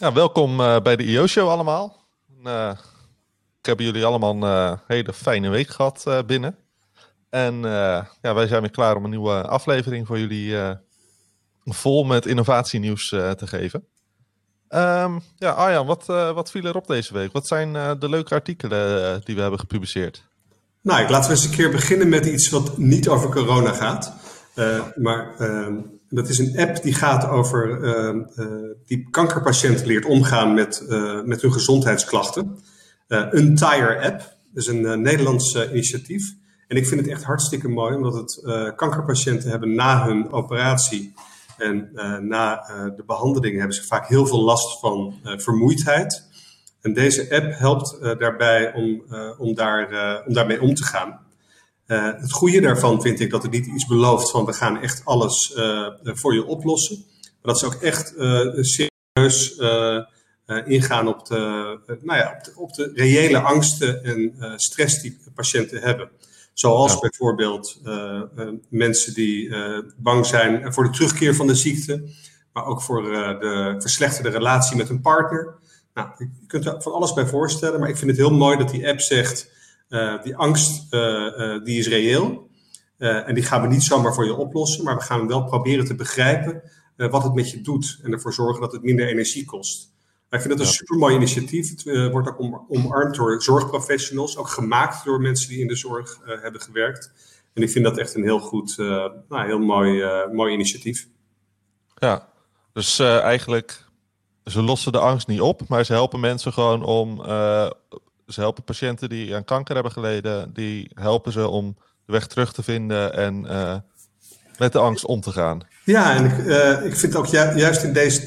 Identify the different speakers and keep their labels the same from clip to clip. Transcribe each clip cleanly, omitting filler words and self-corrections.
Speaker 1: Ja, welkom bij de IO-show allemaal. Ik heb jullie allemaal een hele fijne week gehad binnen. En wij zijn weer klaar om een nieuwe aflevering voor jullie vol met innovatienieuws te geven. Arjan, wat viel er op deze week? Wat zijn de leuke artikelen die we hebben gepubliceerd?
Speaker 2: Nou, laten we eens een keer beginnen met iets wat niet over corona gaat. Dat is een app die gaat over die kankerpatiënten leert omgaan met hun gezondheidsklachten. Untire app, dat is een Nederlands initiatief. En ik vind het echt hartstikke mooi, omdat het kankerpatiënten hebben na hun operatie en na de behandeling hebben ze vaak heel veel last van vermoeidheid. En deze app helpt daarbij om daarmee om te gaan. Het goede daarvan vind ik dat het niet iets belooft van we gaan echt alles voor je oplossen. Maar dat ze ook echt serieus ingaan op de reële angsten en stress die patiënten hebben. Zoals bijvoorbeeld mensen die bang zijn voor de terugkeer van de ziekte. Maar ook voor de verslechterde relatie met een partner. Nou, je kunt er van alles bij voorstellen. Maar ik vind het heel mooi dat die app zegt, die angst die is reëel. En die gaan we niet zomaar voor je oplossen. Maar we gaan wel proberen te begrijpen wat het met je doet. En ervoor zorgen dat het minder energie kost. Maar ik vind dat een supermooi initiatief. Het wordt ook omarmd door zorgprofessionals. Ook gemaakt door mensen die in de zorg hebben gewerkt. En ik vind dat echt een heel goed, heel mooi initiatief.
Speaker 1: Ja, dus eigenlijk, ze lossen de angst niet op. Maar ze helpen mensen gewoon ze helpen patiënten die aan kanker hebben geleden. Die helpen ze om de weg terug te vinden en met de angst om te gaan.
Speaker 2: Ja, en ik vind ook juist in deze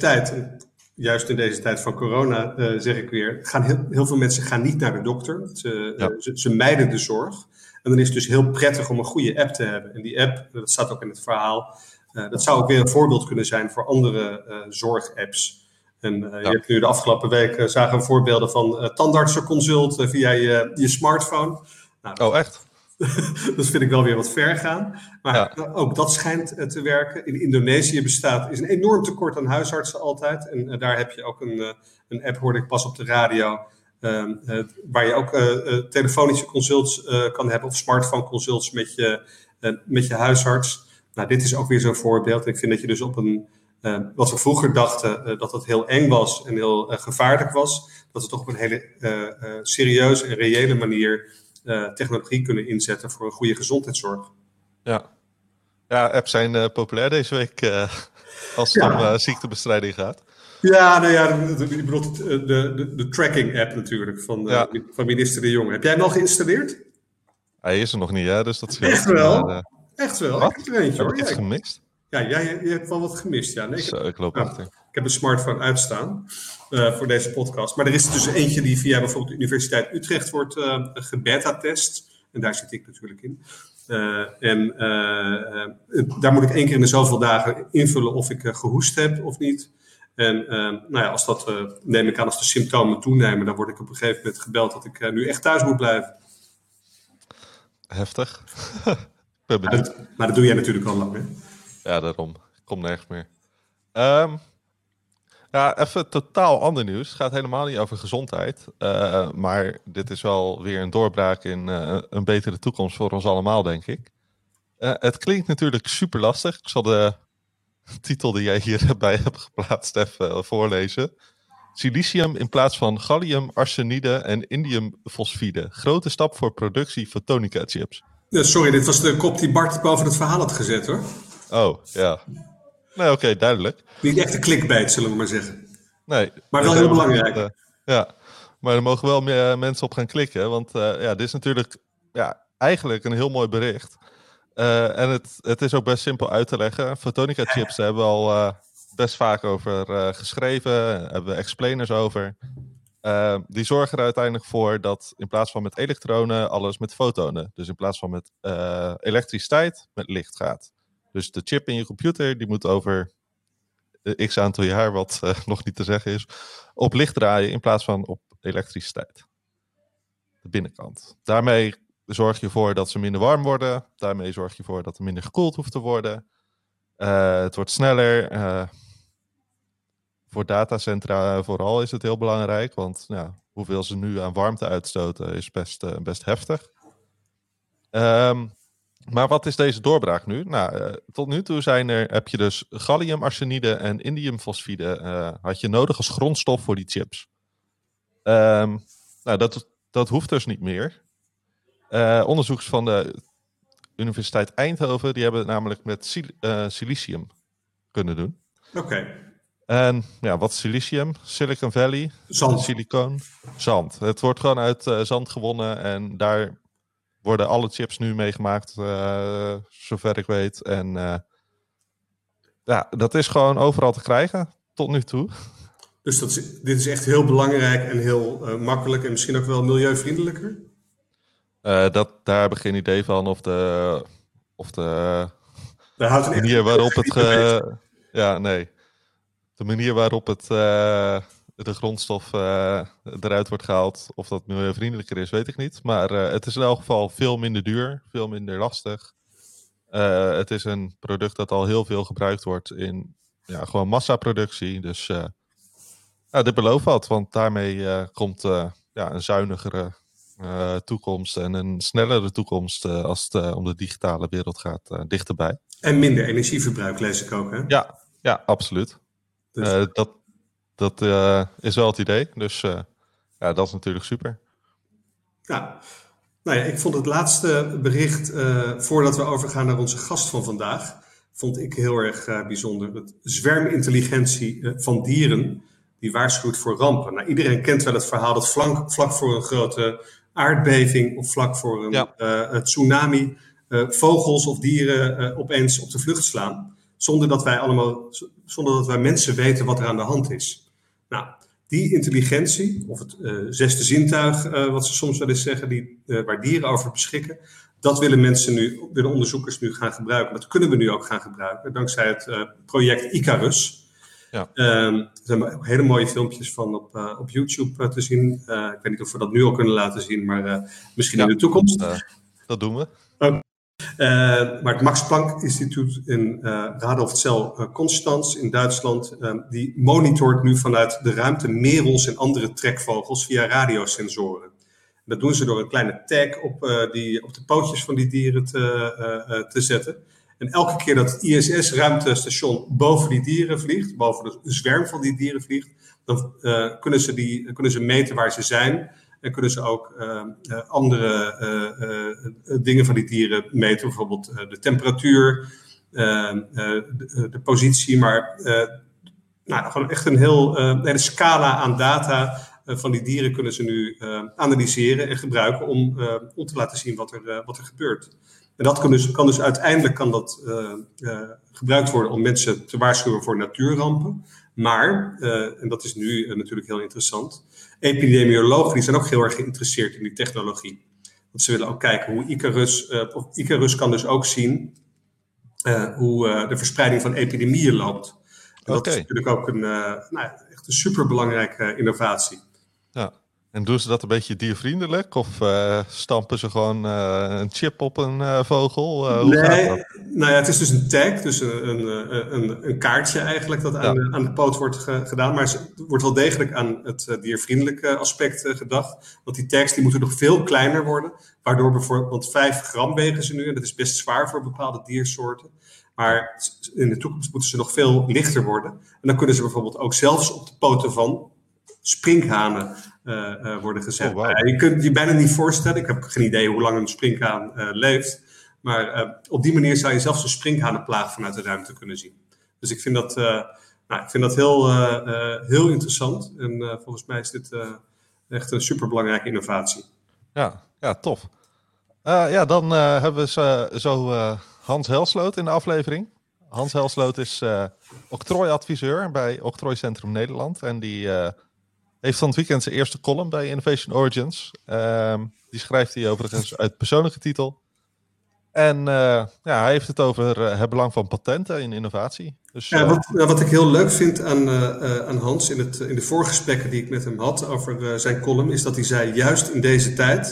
Speaker 2: tijd van corona, zeg ik weer, heel veel mensen gaan niet naar de dokter. Ze mijden de zorg. En dan is het dus heel prettig om een goede app te hebben. En die app, dat staat ook in het verhaal, dat zou ook weer een voorbeeld kunnen zijn voor andere zorgapps. En je hebt nu de afgelopen week zagen we voorbeelden van tandartsenconsult via je smartphone.
Speaker 1: Nou, echt?
Speaker 2: Dat vind ik wel weer wat ver gaan. Maar ook dat schijnt te werken. In Indonesië is een enorm tekort aan huisartsen altijd. En daar heb je ook een app, hoorde ik pas op de radio, waar je ook telefonische consults kan hebben of smartphone consults met je huisarts. Nou, dit is ook weer zo'n voorbeeld. Ik vind dat je dus op wat we vroeger dachten dat het heel eng was en heel gevaarlijk was, dat we toch op een hele serieuze en reële manier technologie kunnen inzetten voor een goede gezondheidszorg.
Speaker 1: Ja, apps zijn populair deze week als het om ziektebestrijding gaat.
Speaker 2: Ja, nou ja, je bedoelt de tracking app natuurlijk van minister De Jonge. Heb jij hem al geïnstalleerd?
Speaker 1: Hij is er nog niet, hè? Dus dat scheelt.
Speaker 2: Echt wel? Echt wel?
Speaker 1: Wat?
Speaker 2: Ik heb er eentje, hoor.
Speaker 1: Heb ik iets gemist?
Speaker 2: Ja, je hebt wel wat gemist. Ja. Nee,
Speaker 1: ik loop achter.
Speaker 2: Ik heb een smartphone uitstaan voor deze podcast. Maar er is dus eentje die via bijvoorbeeld de Universiteit Utrecht wordt gebeta-test. En daar zit ik natuurlijk in. Daar moet ik 1 keer in de zoveel dagen invullen of ik gehoest heb of niet. En als dat, neem ik aan, als de symptomen toenemen, dan word ik op een gegeven moment gebeld dat ik nu echt thuis moet blijven.
Speaker 1: Heftig. Ben benieuwd.
Speaker 2: Maar dat doe jij natuurlijk al lang, hè?
Speaker 1: Ja, daarom. Ik kom nergens meer. Even totaal ander nieuws. Het gaat helemaal niet over gezondheid. Maar dit is wel weer een doorbraak in een betere toekomst voor ons allemaal, denk ik. Het klinkt natuurlijk super lastig. Ik zal de titel die jij hierbij hebt geplaatst even voorlezen. Silicium in plaats van gallium, arsenide en indiumfosfide. Grote stap voor productie fotonica-chips.
Speaker 2: Sorry, dit was de kop die Bart boven het verhaal had gezet, hoor.
Speaker 1: Oh, ja. Nee, oké, duidelijk.
Speaker 2: Niet echt een clickbait, zullen we maar zeggen.
Speaker 1: Nee.
Speaker 2: Maar wel heel belangrijk.
Speaker 1: Maar er mogen wel meer mensen op gaan klikken. Want dit is natuurlijk eigenlijk een heel mooi bericht. En het is ook best simpel uit te leggen. Photonica chips hebben we al best vaak over geschreven. Hebben we explainers over. Die zorgen er uiteindelijk voor dat in plaats van met elektronen alles met fotonen. Dus in plaats van met elektriciteit met licht gaat. Dus de chip in je computer die moet over x aantal jaar, wat nog niet te zeggen is, op licht draaien in plaats van op elektriciteit. De binnenkant. Daarmee zorg je ervoor dat ze minder warm worden. Daarmee zorg je ervoor dat er minder gekoeld hoeft te worden. Het wordt sneller. voor datacentra vooral is het heel belangrijk. Want hoeveel ze nu aan warmte uitstoten is best heftig. Maar wat is deze doorbraak nu? Tot nu toe heb je dus galliumarsenide en indiumfosfide had je nodig als grondstof voor die chips. Dat hoeft dus niet meer. Onderzoekers van de Universiteit Eindhoven, die hebben het namelijk met silicium kunnen doen.
Speaker 2: Oké.
Speaker 1: En wat is silicium? Silicon Valley?
Speaker 2: Zand.
Speaker 1: Silicoon? Zand. Het wordt gewoon uit zand gewonnen en daar worden alle chips nu mee gemaakt, zover ik weet. En dat is gewoon overal te krijgen, tot nu toe.
Speaker 2: Dus dit is echt heel belangrijk en heel makkelijk en misschien ook wel milieuvriendelijker?
Speaker 1: Daar heb ik geen idee van of de
Speaker 2: Daar
Speaker 1: manier waarop het... De manier waarop de grondstof eruit wordt gehaald, of dat milieuvriendelijker is, weet ik niet. Maar het is in elk geval veel minder duur, veel minder lastig. Het is een product dat al heel veel gebruikt wordt in gewoon massaproductie. Dus dit belooft wat, want daarmee komt een zuinigere toekomst en een snellere toekomst als het om de digitale wereld gaat dichterbij.
Speaker 2: En minder energieverbruik, lees ik ook, hè?
Speaker 1: Ja, absoluut. Dus. Dat is wel het idee. Dus dat is natuurlijk super.
Speaker 2: Ja. Nou ja, ik vond het laatste bericht, voordat we overgaan naar onze gast van vandaag, vond ik heel erg bijzonder. Het zwermintelligentie van dieren, die waarschuwt voor rampen. Nou, iedereen kent wel het verhaal dat vlak voor een grote aardbeving of vlak voor een tsunami vogels of dieren opeens op de vlucht slaan. Zonder dat wij mensen weten wat er aan de hand is. Nou, die intelligentie, of het zesde zintuig, wat ze soms wel eens zeggen, waar dieren over beschikken, dat willen onderzoekers nu gaan gebruiken. Dat kunnen we nu ook gaan gebruiken, dankzij het project Icarus. Ja. Er zijn hele mooie filmpjes van op YouTube te zien. Ik weet niet of we dat nu al kunnen laten zien, maar misschien in de toekomst.
Speaker 1: Dat doen we.
Speaker 2: Maar het Max Planck Instituut in Radolfzell Konstanz in Duitsland, die monitort nu vanuit de ruimte merels en andere trekvogels via radiosensoren. Dat doen ze door een kleine tag op de pootjes van die dieren te zetten. En elke keer dat het ISS-ruimtestation boven die dieren vliegt, boven de zwerm van die dieren vliegt, dan kunnen ze meten waar ze zijn. En kunnen ze ook andere dingen van die dieren meten. Bijvoorbeeld de temperatuur, de positie. Maar gewoon echt een hele scala aan data van die dieren kunnen ze nu analyseren en gebruiken om te laten zien wat er gebeurt. En dat kan dus uiteindelijk gebruikt worden om mensen te waarschuwen voor natuurrampen. Maar, en dat is nu natuurlijk heel interessant, epidemiologen die zijn ook heel erg geïnteresseerd in die technologie. Want ze willen ook kijken hoe Icarus kan dus ook zien hoe de verspreiding van epidemieën loopt. En dat is natuurlijk ook echt een superbelangrijke innovatie.
Speaker 1: Ja. En doen ze dat een beetje diervriendelijk? Of stampen ze gewoon een chip op een vogel? Hoe gaat dat?
Speaker 2: Nou ja, het is dus een tag, dus een kaartje eigenlijk dat aan de poot wordt gedaan. Maar er wordt wel degelijk aan het diervriendelijke aspect gedacht. Want die tags die moeten nog veel kleiner worden. Waardoor bijvoorbeeld 5 gram wegen ze nu. En dat is best zwaar voor bepaalde diersoorten. Maar in de toekomst moeten ze nog veel lichter worden. En dan kunnen ze bijvoorbeeld ook zelfs op de poten van sprinkhanen worden gezet.
Speaker 1: Oh, wow.
Speaker 2: Je kunt je bijna niet voorstellen. Ik heb geen idee hoe lang een sprinkhaan leeft. Maar op die manier zou je zelfs een sprinkhanenplaag vanuit de ruimte kunnen zien. Dus ik vind dat heel interessant. En volgens mij is dit echt een superbelangrijke innovatie.
Speaker 1: Ja, tof. Dan hebben we zo Hans Helsloot in de aflevering. Hans Helsloot is octrooiadviseur bij Octrooicentrum Nederland. En die heeft van het weekend zijn eerste column bij Innovation Origins. Die schrijft hij overigens uit persoonlijke titel. En hij heeft het over het belang van patenten in innovatie. Dus,
Speaker 2: wat ik heel leuk vind aan Hans in de voorgesprekken die ik met hem had over zijn column, is dat hij zei, juist in deze tijd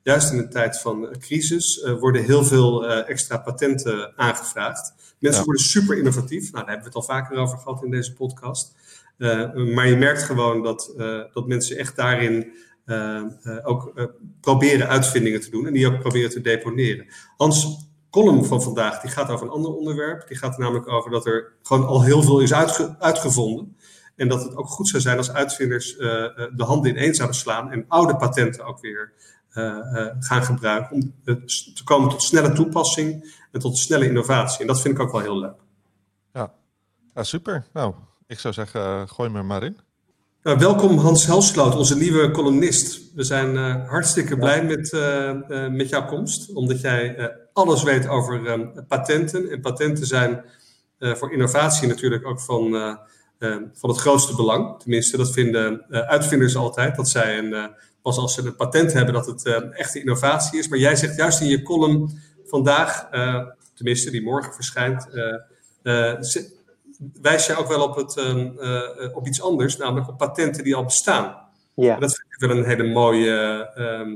Speaker 2: juist in een tijd van crisis worden heel veel extra patenten aangevraagd. Mensen worden super innovatief. Nou, daar hebben we het al vaker over gehad in deze podcast. Maar je merkt gewoon dat mensen echt daarin ook proberen uitvindingen te doen en die ook proberen te deponeren. Hans' column van vandaag die gaat over een ander onderwerp. Die gaat er namelijk over dat er gewoon al heel veel is uitgevonden. En dat het ook goed zou zijn als uitvinders de handen ineen zouden slaan en oude patenten ook weer gaan gebruiken om te komen tot snelle toepassing en tot snelle innovatie. En dat vind ik ook wel heel leuk.
Speaker 1: Ja, super. Nou, ik zou zeggen, gooi me maar in.
Speaker 2: Welkom Hans Helsloot, onze nieuwe columnist. We zijn hartstikke blij met jouw komst, omdat jij alles weet over patenten. En patenten zijn voor innovatie natuurlijk ook van het grootste belang. Tenminste, dat vinden uitvinders altijd, dat zij pas als ze een patent hebben dat het echte innovatie is. Maar jij zegt juist in je column vandaag, tenminste die morgen verschijnt, wijs je ook wel op iets anders, namelijk op patenten die al bestaan.
Speaker 3: Ja.
Speaker 2: En dat vind ik wel een hele mooie,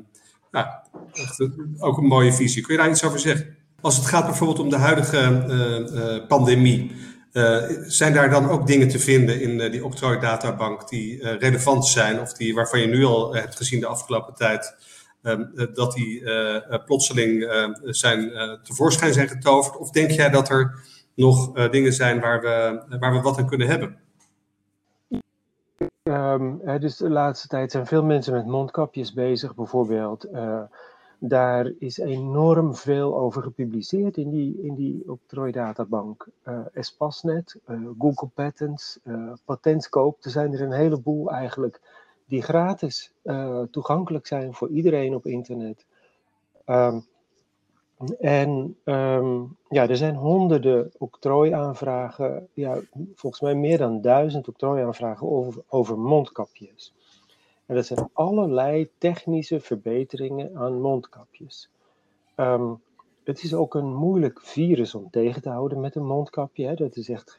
Speaker 2: ook een mooie visie. Kun je daar iets over zeggen? Als het gaat bijvoorbeeld om de huidige pandemie, zijn daar dan ook dingen te vinden in die octrooidatabank die relevant zijn of waarvan je nu al hebt gezien de afgelopen tijd dat die plotseling tevoorschijn zijn getoverd? Of denk jij dat er nog dingen zijn waar we wat aan kunnen hebben?
Speaker 3: Dus de laatste tijd zijn veel mensen met mondkapjes bezig, bijvoorbeeld. Daar is enorm veel over gepubliceerd in die octrooidatabank. Espasnet, Google Patents, Patentscope. Er zijn er een heleboel eigenlijk die gratis toegankelijk zijn voor iedereen op internet. Er zijn honderden octrooiaanvragen, volgens mij meer dan 1000 octrooiaanvragen over mondkapjes. En dat zijn allerlei technische verbeteringen aan mondkapjes. Het is ook een moeilijk virus om tegen te houden met een mondkapje. Hè. Dat is echt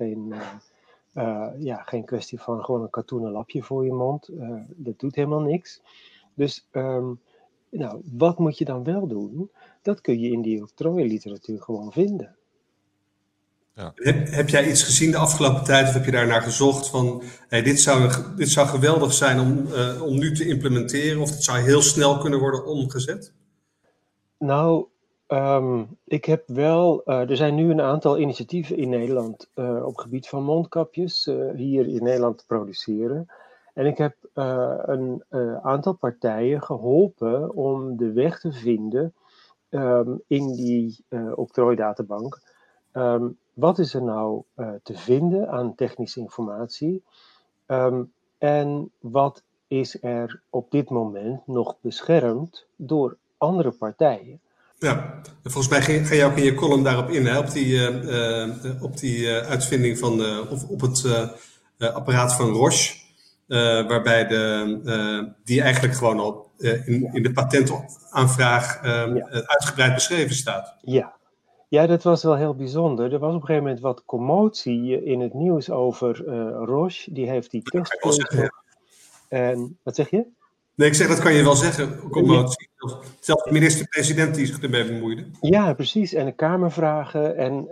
Speaker 3: geen kwestie van gewoon een katoenen lapje voor je mond. Dat doet helemaal niks. Dus wat moet je dan wel doen? Dat kun je in die octrooiliteratuur gewoon vinden.
Speaker 2: Ja. Heb jij iets gezien de afgelopen tijd of heb je daar naar gezocht van dit zou geweldig zijn om nu te implementeren of het zou heel snel kunnen worden omgezet?
Speaker 3: Nou, ik heb wel, er zijn nu een aantal initiatieven in Nederland op het gebied van mondkapjes hier in Nederland te produceren. En ik heb een aantal partijen geholpen om de weg te vinden in die octrooidatabank. Wat is er nou te vinden aan technische informatie? En wat is er op dit moment nog beschermd door andere partijen?
Speaker 2: Ja, volgens mij ga je ook in je column daarop in, hè? Op die uitvinding op het apparaat van Roche. Waarbij die eigenlijk gewoon al in de patentaanvraag uitgebreid beschreven staat.
Speaker 3: Ja, dat was wel heel bijzonder. Er was op een gegeven moment wat commotie in het nieuws over Roche. Die heeft die testvloeistof. En wat zeg je?
Speaker 2: Nee, ik zeg dat kan je wel zeggen, commotie. Zelfs de minister-president die zich ermee bemoeide.
Speaker 3: Ja, precies. En de Kamervragen. En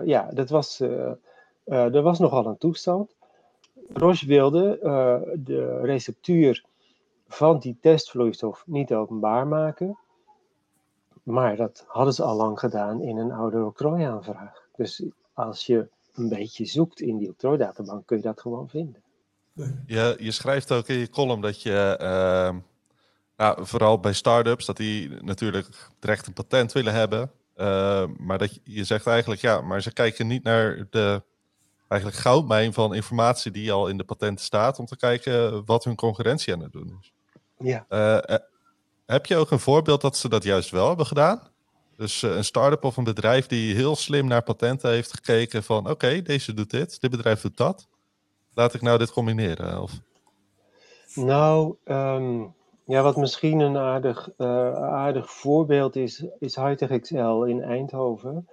Speaker 3: er was nogal een toestand. Roche wilde de receptuur van die testvloeistof niet openbaar maken. Maar dat hadden ze al lang gedaan in een oude octrooiaanvraag. Dus als je een beetje zoekt in die octrooidatabank, kun je dat gewoon vinden.
Speaker 1: Je schrijft ook in je column dat je, vooral bij start-ups, dat die natuurlijk terecht een patent willen hebben. Maar dat je zegt eigenlijk, maar ze kijken niet naar de eigenlijk goudmijn van informatie die al in de patenten staat, om te kijken wat hun concurrentie aan het doen is.
Speaker 3: Ja.
Speaker 1: Heb je ook een voorbeeld dat ze dat juist wel hebben gedaan? Dus een start-up of een bedrijf die heel slim naar patenten heeft gekeken van oké, deze doet dit bedrijf doet dat. Laat ik nou dit combineren? Of?
Speaker 3: Nou, wat misschien een aardig voorbeeld is Hightech XL in Eindhoven.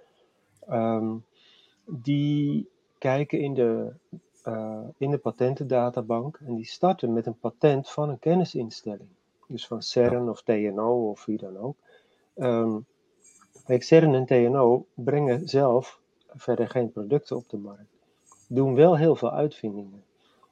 Speaker 3: Die kijken in de patentendatabank en die starten met een patent van een kennisinstelling. Dus van CERN of TNO of wie dan ook. Kijk, CERN en TNO brengen zelf verder geen producten op de markt. Doen wel heel veel uitvindingen.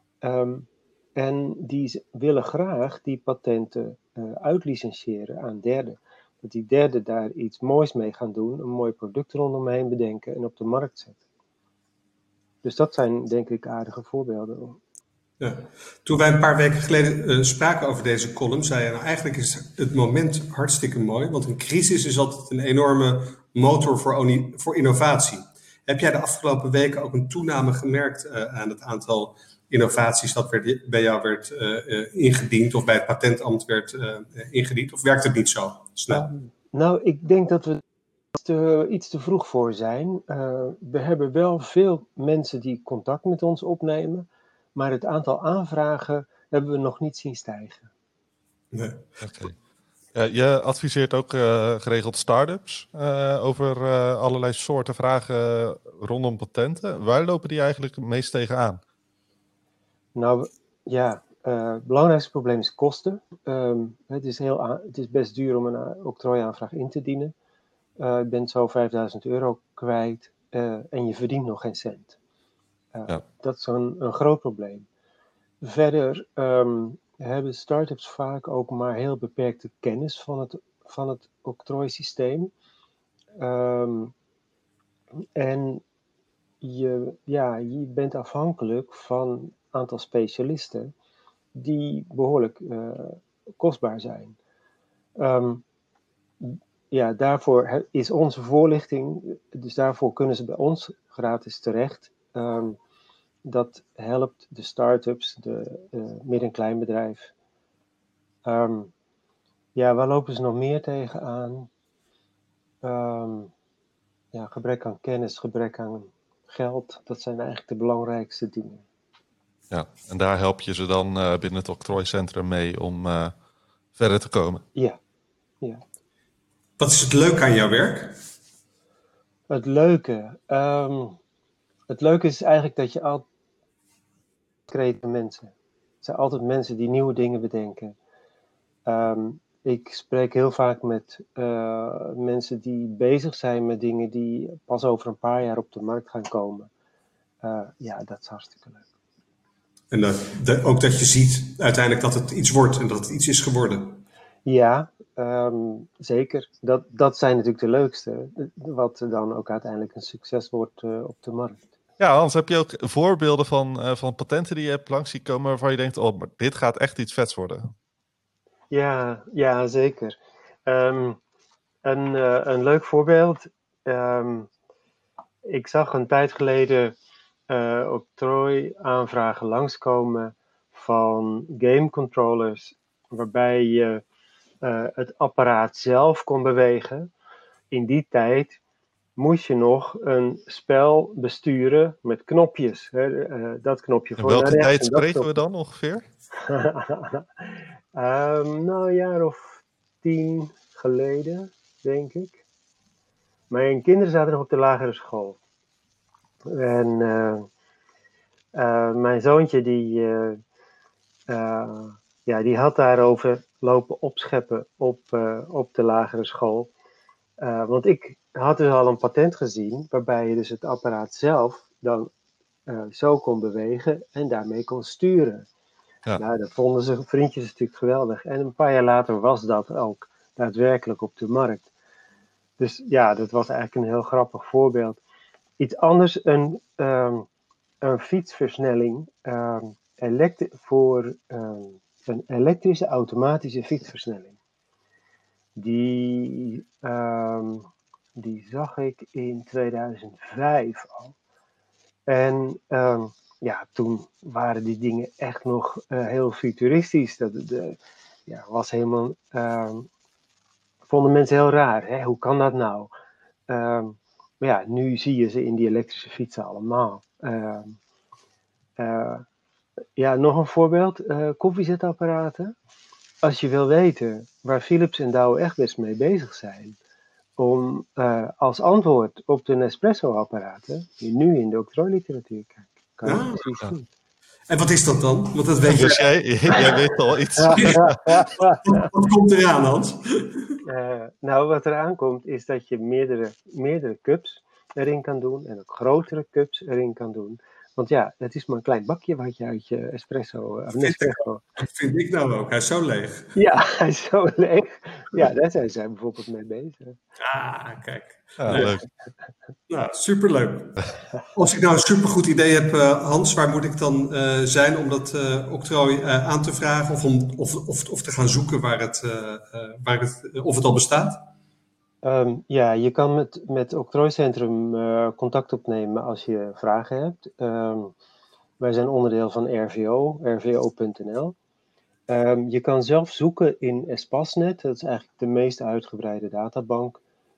Speaker 3: En die willen graag die patenten uitlicentiëren aan derden. Dat die derden daar iets moois mee gaan doen, een mooi product rondomheen bedenken en op de markt zetten. Dus dat zijn denk ik aardige voorbeelden.
Speaker 2: Ja. Toen wij een paar weken geleden spraken over deze column, zei je, nou eigenlijk is het moment hartstikke mooi, want een crisis is altijd een enorme motor voor innovatie. Heb jij de afgelopen weken ook een toename gemerkt aan het aantal innovaties dat bij jou werd ingediend of bij het patentambt werd ingediend? Of werkt het niet zo snel?
Speaker 3: Nou, ik denk dat we iets te vroeg voor zijn. We hebben wel veel mensen die contact met ons opnemen, maar het aantal aanvragen hebben we nog niet zien stijgen.
Speaker 2: Nee.
Speaker 1: Okay. Je adviseert ook geregeld start-ups over allerlei soorten vragen rondom patenten. Waar lopen die eigenlijk het meest tegenaan?
Speaker 3: Nou ja, het belangrijkste probleem is kosten. Het is best duur om een octrooiaanvraag in te dienen. Je bent zo €5.000 kwijt en je verdient nog geen cent. Dat is een groot probleem. Verder hebben start-ups vaak ook maar heel beperkte kennis van het octrooisysteem. En je bent afhankelijk van een aantal specialisten die behoorlijk kostbaar zijn. Daarvoor is onze voorlichting, dus daarvoor kunnen ze bij ons gratis terecht. Dat helpt de start-ups, de midden- en kleinbedrijf. Waar lopen ze nog meer tegenaan? Gebrek aan kennis, gebrek aan geld, dat zijn eigenlijk de belangrijkste dingen.
Speaker 1: Ja, en daar help je ze dan binnen het octrooicentrum mee om verder te komen?
Speaker 3: Ja.
Speaker 2: Wat is het leuke aan jouw werk?
Speaker 3: Het leuke is eigenlijk dat je altijd creatieve mensen. Het zijn altijd mensen die nieuwe dingen bedenken. Ik spreek heel vaak met mensen die bezig zijn met dingen die pas over een paar jaar op de markt gaan komen. Dat is hartstikke leuk.
Speaker 2: En ook dat je ziet uiteindelijk dat het iets wordt en dat het iets is geworden.
Speaker 3: Ja, zeker. Dat zijn natuurlijk de leukste. Wat dan ook uiteindelijk een succes wordt op de markt.
Speaker 1: Ja, Hans, heb je ook voorbeelden van patenten die je hebt langs zien komen waarvan je denkt, maar dit gaat echt iets vets worden?
Speaker 3: Ja, zeker. Een leuk voorbeeld. Ik zag een tijd geleden octrooi-aanvragen langskomen van game controllers, waarbij je het apparaat zelf kon bewegen. In die tijd moest je nog een spel besturen met knopjes. Dat knopje voor
Speaker 1: welke
Speaker 3: naar rechts.
Speaker 1: tijd spreken we dan ongeveer?
Speaker 3: Een jaar of 10 geleden, denk ik. Mijn kinderen zaten nog op de lagere school. En mijn zoontje die had daarover lopen opscheppen op de lagere school. Want ik had dus al een patent gezien waarbij je dus het apparaat zelf dan zo kon bewegen en daarmee kon sturen.
Speaker 1: Ja.
Speaker 3: Nou, dat vonden ze vriendjes natuurlijk geweldig. En een paar jaar later was dat ook daadwerkelijk op de markt. Dus ja, dat was eigenlijk een heel grappig voorbeeld. Iets anders, een fietsversnelling voor een elektrische automatische fietsversnelling. Die zag ik in 2005 al. En toen waren die dingen echt nog heel futuristisch. Was helemaal, vonden mensen heel raar. Hè? Hoe kan dat nou? Maar ja, nu zie je ze in die elektrische fietsen allemaal. Nog een voorbeeld. Koffiezetapparaten. Als je wil weten waar Philips en Douwe Egberts mee bezig zijn, om als antwoord op de Nespresso-apparaten, die nu in de octrooiliteratuur kijken, kan je precies zien.
Speaker 2: En wat is dat dan? Want dat weet
Speaker 1: Dus
Speaker 2: je.
Speaker 1: jij weet al iets.
Speaker 2: Wat komt eraan, Hans?
Speaker 3: Nou, wat eraan komt is dat je meerdere cups erin kan doen en ook grotere cups erin kan doen. Want ja, het is maar een klein bakje wat je uit je espresso...
Speaker 2: Dat vind ik nou ook. Hij is zo leeg.
Speaker 3: Ja, hij is zo leeg. Ja, daar zijn zij bijvoorbeeld mee bezig.
Speaker 2: Kijk.
Speaker 1: Ja, leuk.
Speaker 2: Nou, superleuk. Als ik nou een supergoed idee heb, Hans, waar moet ik dan zijn om dat octrooi aan te vragen of te gaan zoeken of het al bestaat?
Speaker 3: Ja, je kan met het octrooicentrum contact opnemen als je vragen hebt. Wij zijn onderdeel van RVO, rvo.nl. Je kan zelf zoeken in Espasnet, dat is eigenlijk de meest uitgebreide databank.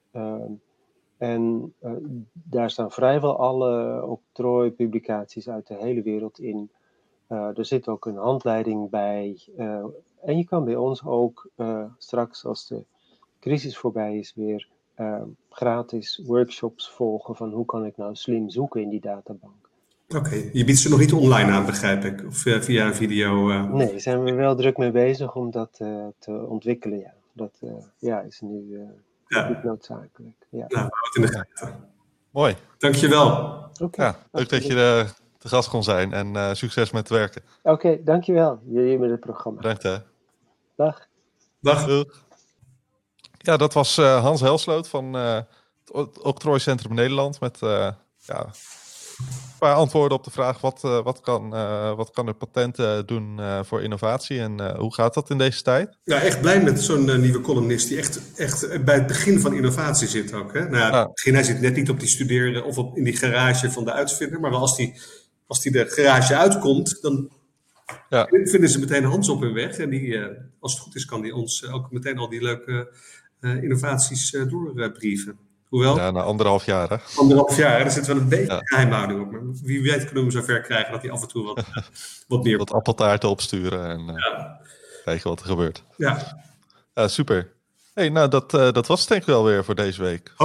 Speaker 3: En daar staan vrijwel alle octrooipublicaties uit de hele wereld in. Er zit ook een handleiding bij. En je kan bij ons ook straks, als de crisis voorbij is, weer gratis workshops volgen van hoe kan ik nou slim zoeken in die databank.
Speaker 2: Oké, je biedt ze nog niet online aan, begrijp ik? Of via een video?
Speaker 3: Nee, daar zijn we wel druk mee bezig om dat te ontwikkelen, ja. Dat is nu niet noodzakelijk. Ja.
Speaker 2: Nou, wat in de gaten.
Speaker 1: Mooi.
Speaker 2: Dankjewel.
Speaker 3: Okay,
Speaker 1: ja, leuk dat je te gast kon zijn en succes met het werken.
Speaker 3: Oké, dankjewel. Jullie met het programma.
Speaker 1: Bedankt hè.
Speaker 3: Dag.
Speaker 2: Dag.
Speaker 1: Ja, dat was Hans Helsloot van het Octrooicentrum Nederland met een paar antwoorden op de vraag wat kan een patent doen voor innovatie en hoe gaat dat in deze tijd?
Speaker 2: Ja, echt blij met zo'n nieuwe columnist die echt bij het begin van innovatie zit ook. Hè? Nou, hij zit net niet op die studeren of in die garage van de uitvinder, maar wel als die de garage uitkomt, dan vinden ze meteen Hans op hun weg. En als het goed is, kan die ons ook meteen al die leuke innovaties doorbrieven. Hoewel...
Speaker 1: Ja, na 1,5 jaar hè?
Speaker 2: 1,5 jaar, er zit wel een beetje geheimhouding op. Maar wie weet kunnen we hem zover krijgen dat hij af en toe wat meer...
Speaker 1: Wat appeltaarten opsturen en kijken wat er gebeurt.
Speaker 2: Ja.
Speaker 1: Super. Hey, nou, dat was het denk ik wel weer voor deze week.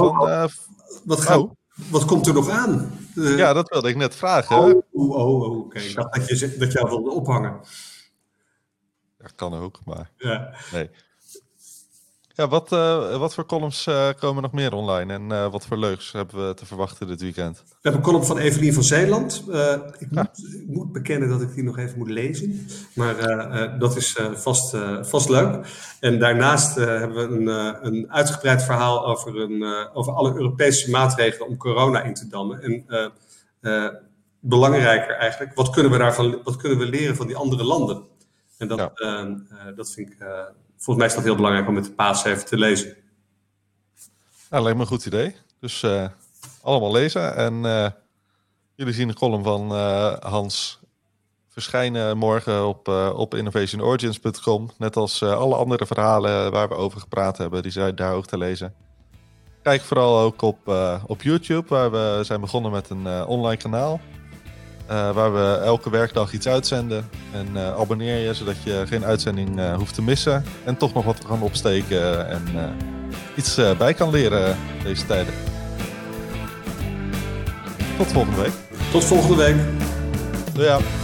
Speaker 2: Wat komt er nog aan?
Speaker 1: Ja, dat wilde ik net vragen.
Speaker 2: Oké. Ik dacht dat jij wilde ophangen.
Speaker 1: Ja, kan ook, maar...
Speaker 2: Ja.
Speaker 1: Nee. Ja, wat voor columns komen nog meer online en wat voor leuks hebben we te verwachten dit weekend?
Speaker 2: We hebben een column van Evelien van Zeeland. Ik moet bekennen dat ik die nog even moet lezen, maar dat is vast leuk. En daarnaast hebben we een uitgebreid verhaal over alle Europese maatregelen om corona in te dammen. En belangrijker eigenlijk, wat kunnen we leren van die andere landen? En dat vind ik... volgens mij is dat heel belangrijk om met de paas even te lezen.
Speaker 1: Nou, lijkt me een goed idee. Dus allemaal lezen. En jullie zien de column van Hans verschijnen morgen op innovationorigins.com. Net als alle andere verhalen waar we over gepraat hebben. Die zijn daar ook te lezen. Kijk vooral ook op YouTube, waar we zijn begonnen met een online kanaal. Waar we elke werkdag iets uitzenden. En abonneer je, zodat je geen uitzending hoeft te missen. En toch nog wat kan opsteken en iets bij kan leren deze tijden. Tot volgende week.
Speaker 2: Tot volgende week.
Speaker 1: Doei.